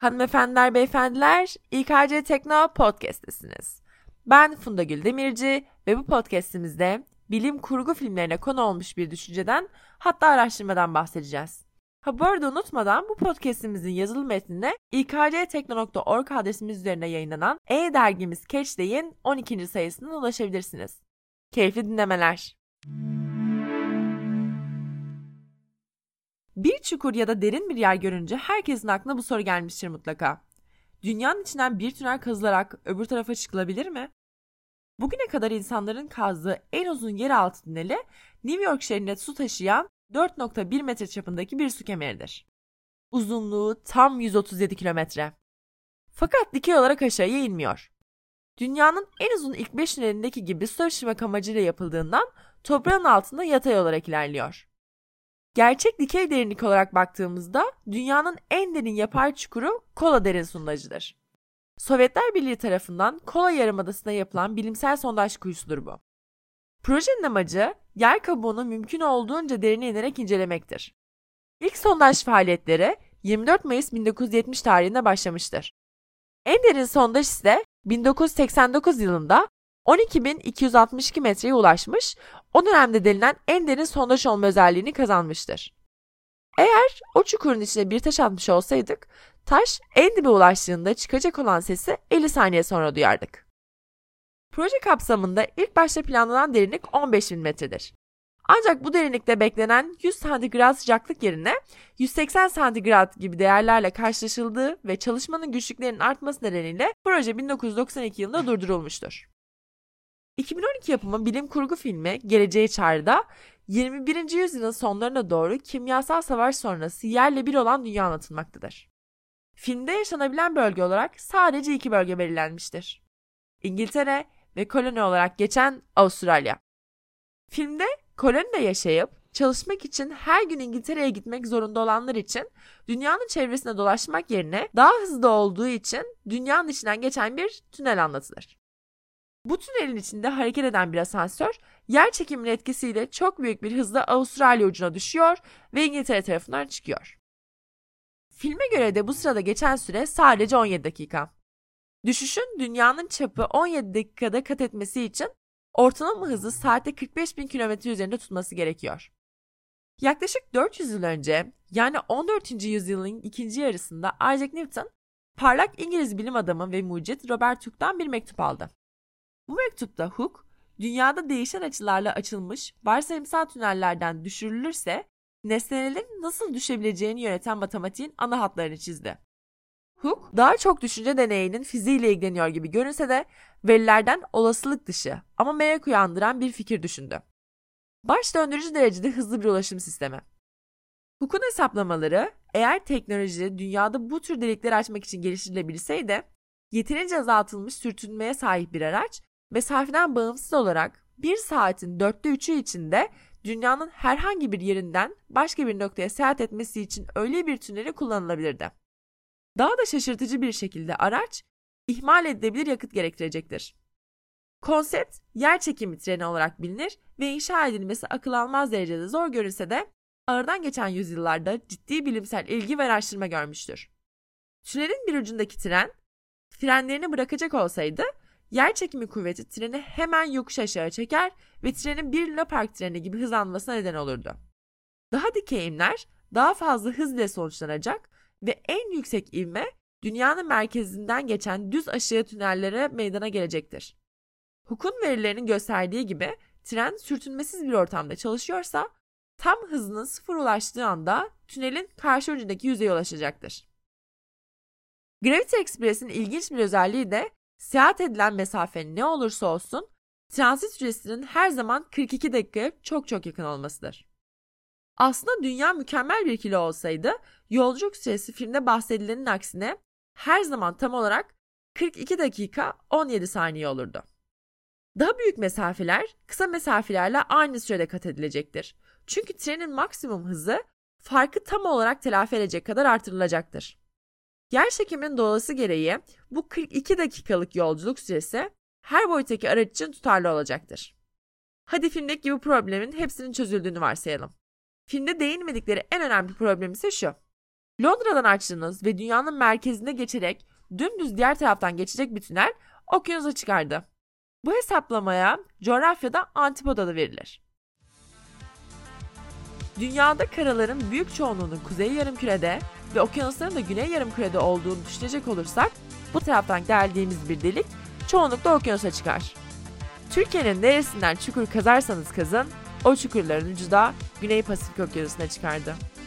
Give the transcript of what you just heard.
Hanımefendiler, beyefendiler, İKC Tekno Podcast'tesiniz. Ben Funda Gül Demirci ve bu podcast'imizde bilim kurgu filmlerine konu olmuş bir düşünceden, hatta araştırmadan bahsedeceğiz. Bu arada unutmadan bu podcast'imizin yazılı metnine ikctekno.org adresimiz üzerine yayınlanan e-dergimiz Catch Day'in 12. sayısından ulaşabilirsiniz. Keyifli dinlemeler. Bir çukur ya da derin bir yer görünce herkesin aklına bu soru gelmiştir mutlaka. Dünyanın içinden bir tünel kazılarak öbür tarafa çıkılabilir mi? Bugüne kadar insanların kazdığı en uzun yeraltı tüneli New York şehrine su taşıyan 4.1 metre çapındaki bir su kemeridir. Uzunluğu tam 137 kilometre. Fakat dikey olarak aşağıya inmiyor. Dünyanın en uzun ilk 5 tünelindeki gibi su taşımak amacıyla yapıldığından toprağın altında yatay olarak ilerliyor. Gerçek dikey derinlik olarak baktığımızda dünyanın en derin yapay çukuru Kola derin sondajıdır. Sovyetler Birliği tarafından Kola Yarımadası'na yapılan bilimsel sondaj kuyusudur bu. Projenin amacı yer kabuğunu mümkün olduğunca derine inerek incelemektir. İlk sondaj faaliyetleri 24 Mayıs 1970 tarihinde başlamıştır. En derin sondaj ise 1989 yılında 12.262 metreye ulaşmış, o dönemde denilen en derin sondaj olma özelliğini kazanmıştır. Eğer o çukurun içine bir taş atmış olsaydık, taş en dibe ulaştığında çıkacak olan sesi 50 saniye sonra duyardık. Proje kapsamında ilk başta planlanan derinlik 15.000 metredir. Ancak bu derinlikte beklenen 100 santigrat sıcaklık yerine 180 santigrat gibi değerlerle karşılaşıldığı ve çalışmanın güçlüklerinin artması nedeniyle proje 1992 yılında durdurulmuştur. 2012 yapımı bilim kurgu filmi Geleceğe Çağrı'da 21. yüzyılın sonlarına doğru kimyasal savaş sonrası yerle bir olan dünya anlatılmaktadır. Filmde yaşanabilen bölge olarak sadece 2 bölge belirlenmiştir. İngiltere ve koloni olarak geçen Avustralya. Filmde kolonide yaşayıp çalışmak için her gün İngiltere'ye gitmek zorunda olanlar için dünyanın çevresine dolaşmak yerine daha hızlı olduğu için dünyanın içinden geçen bir tünel anlatılır. Bu tünelin içinde hareket eden bir asansör, yer çekiminin etkisiyle çok büyük bir hızla Avustralya ucuna düşüyor ve İngiltere tarafından çıkıyor. Filme göre de bu sırada geçen süre sadece 17 dakika. Düşüşün dünyanın çapı 17 dakikada kat etmesi için ortalama hızı saatte 45.000 km üzerinde tutması gerekiyor. Yaklaşık 400 yıl önce, yani 14. yüzyılın ikinci yarısında Isaac Newton, parlak İngiliz bilim adamı ve mucit Robert Hooke'dan bir mektup aldı. Bu mektupta Hooke, dünyada değişen açılarla açılmış varsayımsal tünellerden düşürülürse nesnelerin nasıl düşebileceğini yöneten matematiğin ana hatlarını çizdi. Hooke, daha çok düşünce deneyinin fiziğiyle ilgileniyor gibi görünse de verilerden olasılık dışı ama merak uyandıran bir fikir düşündü. Baş döndürücü derecede hızlı bir ulaşım sistemi. Hooke'un hesaplamaları, eğer teknoloji dünyada bu tür delikleri açmak için geliştirilebilseydi, yeterince azaltılmış sürtünmeye sahip bir araç, mesafeden bağımsız olarak 1 saatin 3'ü içinde dünyanın herhangi bir yerinden başka bir noktaya seyahat etmesi için öyle bir tüneli kullanılabilirdi. Daha da şaşırtıcı bir şekilde araç, ihmal edilebilir yakıt gerektirecektir. Konsept, yer çekimi treni olarak bilinir ve inşa edilmesi akıl almaz derecede zor görünse de aradan geçen yüzyıllarda ciddi bilimsel ilgi ve araştırma görmüştür. Tünelin bir ucundaki tren, frenlerini bırakacak olsaydı, yer çekimi kuvveti treni hemen yokuş aşağı çeker ve trenin bir Luna Park treni gibi hızlanmasına neden olurdu. Daha dikey ivmeler daha fazla hız ile sonuçlanacak ve en yüksek ivme dünyanın merkezinden geçen düz aşağı tünellere meydana gelecektir. Hooke'un verilerinin gösterdiği gibi tren sürtünmesiz bir ortamda çalışıyorsa tam hızının 0 ulaştığı anda tünelin karşı ucundaki yüzeye ulaşacaktır. Gravity Express'in ilginç bir özelliği de seyahat edilen mesafe ne olursa olsun transit süresinin her zaman 42 dakikaya çok yakın olmasıdır. Aslında dünya mükemmel bir kilo olsaydı yolculuk süresi filmde bahsedilenin aksine her zaman tam olarak 42 dakika 17 saniye olurdu. Daha büyük mesafeler kısa mesafelerle aynı sürede kat edilecektir. Çünkü trenin maksimum hızı farkı tam olarak telafi edecek kadar artırılacaktır. Yerçekiminin doğası gereği bu 42 dakikalık yolculuk süresi her boyuttaki araç için tutarlı olacaktır. Hadi filmdeki gibi problemin hepsinin çözüldüğünü varsayalım. Filmde değinmedikleri en önemli problem ise şu. Londra'dan açtığınız ve dünyanın merkezinde geçerek dümdüz diğer taraftan geçecek bir tünel okyanusa çıkardı. Bu hesaplamaya coğrafyada antipod adı verilir. Dünyada karaların büyük çoğunluğunun kuzey yarımkürede ve okyanusların da güney yarımkürede olduğunu düşünecek olursak bu taraftan geldiğimiz bir delik çoğunlukla okyanusa çıkar. Türkiye'nin neresinden çukur kazarsanız kazın, o çukurların ucu da Güney Pasifik Okyanusu'na çıkardı.